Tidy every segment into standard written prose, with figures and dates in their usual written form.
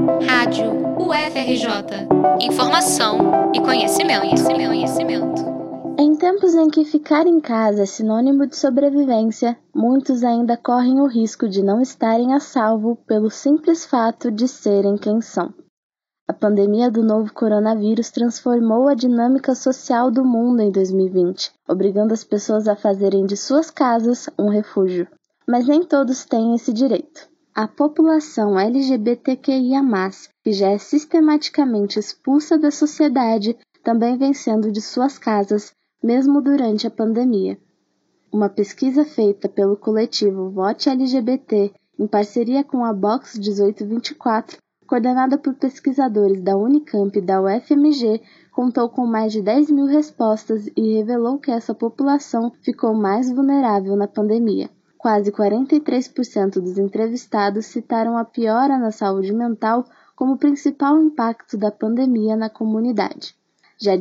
Rádio UFRJ. Informação e conhecimento. Em tempos em que ficar em casa é sinônimo de sobrevivência, muitos ainda correm o risco de não estarem a salvo pelo simples fato de serem quem são. A pandemia do novo coronavírus transformou a dinâmica social do mundo em 2020, obrigando as pessoas a fazerem de suas casas um refúgio. Mas nem todos têm esse direito. A população LGBTQIA+, que já é sistematicamente expulsa da sociedade, também vem sendo de suas casas, mesmo durante a pandemia. Uma pesquisa feita pelo coletivo Vote LGBT, em parceria com a Box 1824, coordenada por pesquisadores da Unicamp e da UFMG, contou com mais de 10 mil respostas e revelou que essa população ficou mais vulnerável na pandemia. Quase 43% dos entrevistados citaram a piora na saúde mental como principal impacto da pandemia na comunidade. Já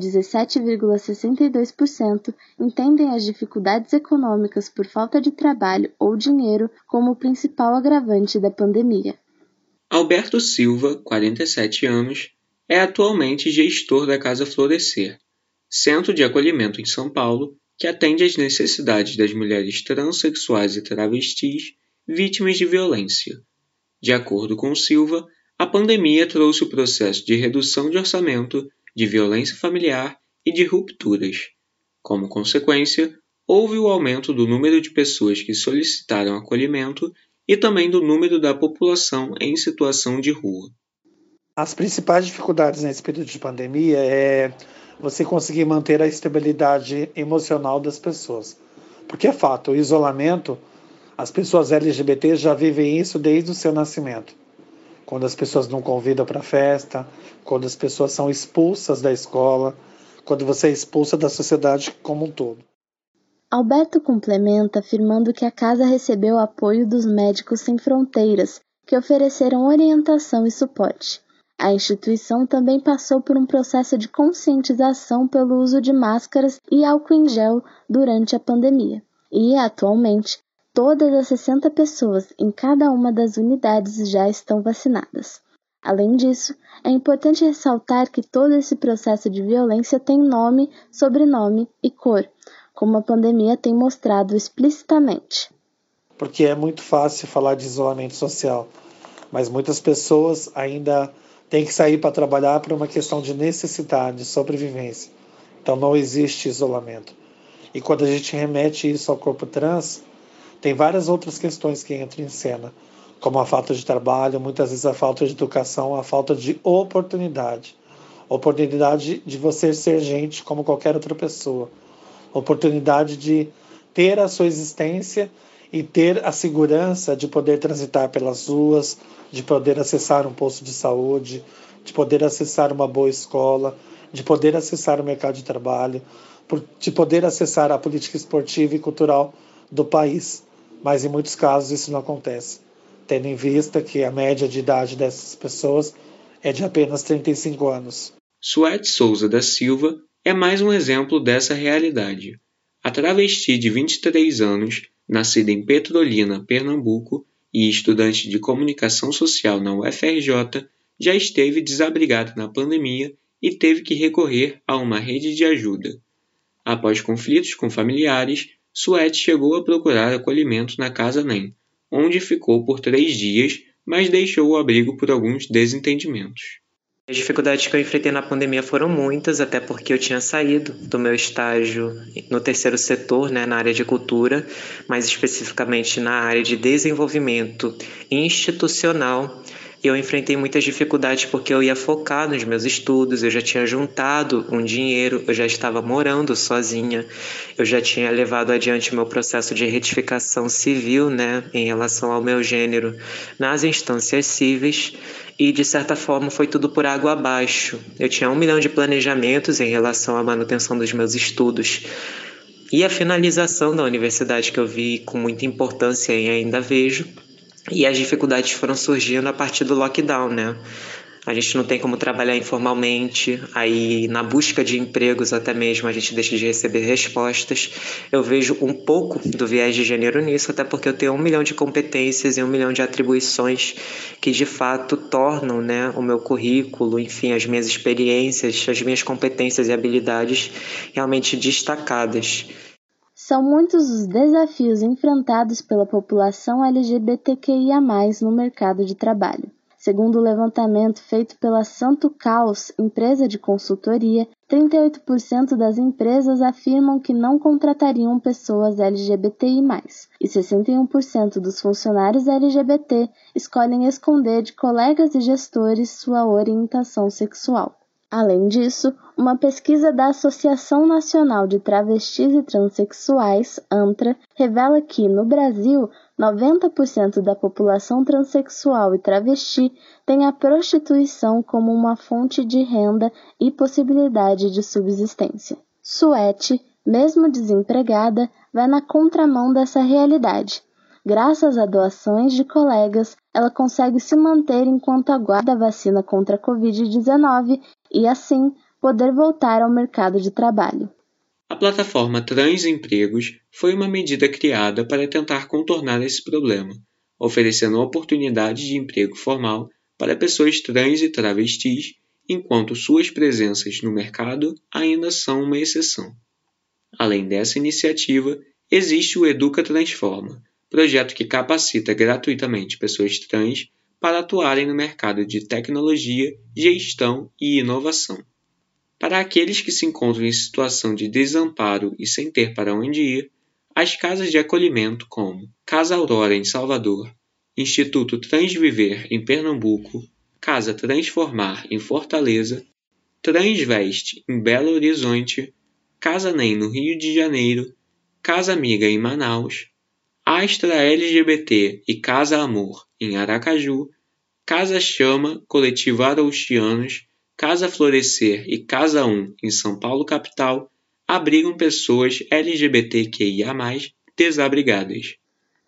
17,62% entendem as dificuldades econômicas por falta de trabalho ou dinheiro como o principal agravante da pandemia. Alberto Silva, 47 anos, é atualmente gestor da Casa Florescer, centro de acolhimento em São Paulo, que atende às necessidades das mulheres transexuais e travestis vítimas de violência. De acordo com Silva, a pandemia trouxe o processo de redução de orçamento, de violência familiar e de rupturas. Como consequência, houve o aumento do número de pessoas que solicitaram acolhimento e também do número da população em situação de rua. As principais dificuldades nesse período de pandemia é você conseguir manter a estabilidade emocional das pessoas. Porque é fato, o isolamento, as pessoas LGBT já vivem isso desde o seu nascimento. Quando as pessoas não convidam para festa, quando as pessoas são expulsas da escola, quando você é expulsa da sociedade como um todo. Alberto complementa afirmando que a casa recebeu o apoio dos Médicos Sem Fronteiras, que ofereceram orientação e suporte. A instituição também passou por um processo de conscientização pelo uso de máscaras e álcool em gel durante a pandemia. E, atualmente, todas as 60 pessoas em cada uma das unidades já estão vacinadas. Além disso, é importante ressaltar que todo esse processo de violência tem nome, sobrenome e cor, como a pandemia tem mostrado explicitamente. Porque é muito fácil falar de isolamento social, mas muitas pessoas ainda têm que sair para trabalhar por uma questão de necessidade, de sobrevivência. Então não existe isolamento. E quando a gente remete isso ao corpo trans, tem várias outras questões que entram em cena, como a falta de trabalho, muitas vezes a falta de educação, a falta de oportunidade. Oportunidade de você ser gente como qualquer outra pessoa. Oportunidade de ter a sua existência e ter a segurança de poder transitar pelas ruas, de poder acessar um posto de saúde, de poder acessar uma boa escola, de poder acessar o mercado de trabalho, de poder acessar a política esportiva e cultural do país. Mas em muitos casos isso não acontece, tendo em vista que a média de idade dessas pessoas é de apenas 35 anos. Suete Souza da Silva é mais um exemplo dessa realidade. A travesti de 23 anos, nascida em Petrolina, Pernambuco, e estudante de comunicação social na UFRJ, já esteve desabrigada na pandemia e teve que recorrer a uma rede de ajuda. Após conflitos com familiares, Suete chegou a procurar acolhimento na Casa NEM, onde ficou por 3 dias, mas deixou o abrigo por alguns desentendimentos. As dificuldades que eu enfrentei na pandemia foram muitas, até porque eu tinha saído do meu estágio no terceiro setor, na área de cultura, mais especificamente na área de desenvolvimento institucional. Eu enfrentei muitas dificuldades porque eu ia focar nos meus estudos, eu já tinha juntado um dinheiro, eu já estava morando sozinha, eu já tinha levado adiante o meu processo de retificação civil, em relação ao meu gênero nas instâncias cíveis e, de certa forma, foi tudo por água abaixo. Eu tinha 1 milhão de planejamentos em relação à manutenção dos meus estudos e a finalização da universidade que eu vi com muita importância e ainda vejo. E as dificuldades foram surgindo a partir do lockdown, a gente não tem como trabalhar informalmente, aí na busca de empregos até mesmo a gente deixa de receber respostas. Eu vejo um pouco do viés de gênero nisso, até porque eu tenho 1 milhão de competências e 1 milhão de atribuições que de fato tornam, né, o meu currículo, enfim, as minhas experiências, as minhas competências e habilidades realmente destacadas. São muitos os desafios enfrentados pela população LGBTQIA+, no mercado de trabalho. Segundo o levantamento feito pela Santo Caos, empresa de consultoria, 38% das empresas afirmam que não contratariam pessoas LGBTI+, e 61% dos funcionários LGBT escolhem esconder de colegas e gestores sua orientação sexual. Além disso, uma pesquisa da Associação Nacional de Travestis e Transsexuais, ANTRA, revela que, no Brasil, 90% da população transexual e travesti tem a prostituição como uma fonte de renda e possibilidade de subsistência. Suete, mesmo desempregada, vai na contramão dessa realidade. Graças a doações de colegas, ela consegue se manter enquanto aguarda a vacina contra a Covid-19 e, assim, poder voltar ao mercado de trabalho. A plataforma Transempregos foi uma medida criada para tentar contornar esse problema, oferecendo oportunidades de emprego formal para pessoas trans e travestis, enquanto suas presenças no mercado ainda são uma exceção. Além dessa iniciativa, existe o Educa Transforma, projeto que capacita gratuitamente pessoas trans para atuarem no mercado de tecnologia, gestão e inovação. Para aqueles que se encontram em situação de desamparo e sem ter para onde ir, as casas de acolhimento como Casa Aurora em Salvador, Instituto Transviver em Pernambuco, Casa Transformar em Fortaleza, Transveste em Belo Horizonte, Casa NEM no Rio de Janeiro, Casa Amiga em Manaus, Astra LGBT e Casa Amor em Aracaju, Casa Chama, Coletivo Arauxianos, Casa Florescer e Casa 1 em São Paulo capital abrigam pessoas LGBTQIA+, desabrigadas.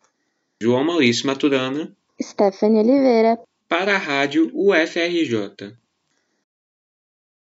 João Maurício Maturana, Stephanie Oliveira, para a Rádio UFRJ.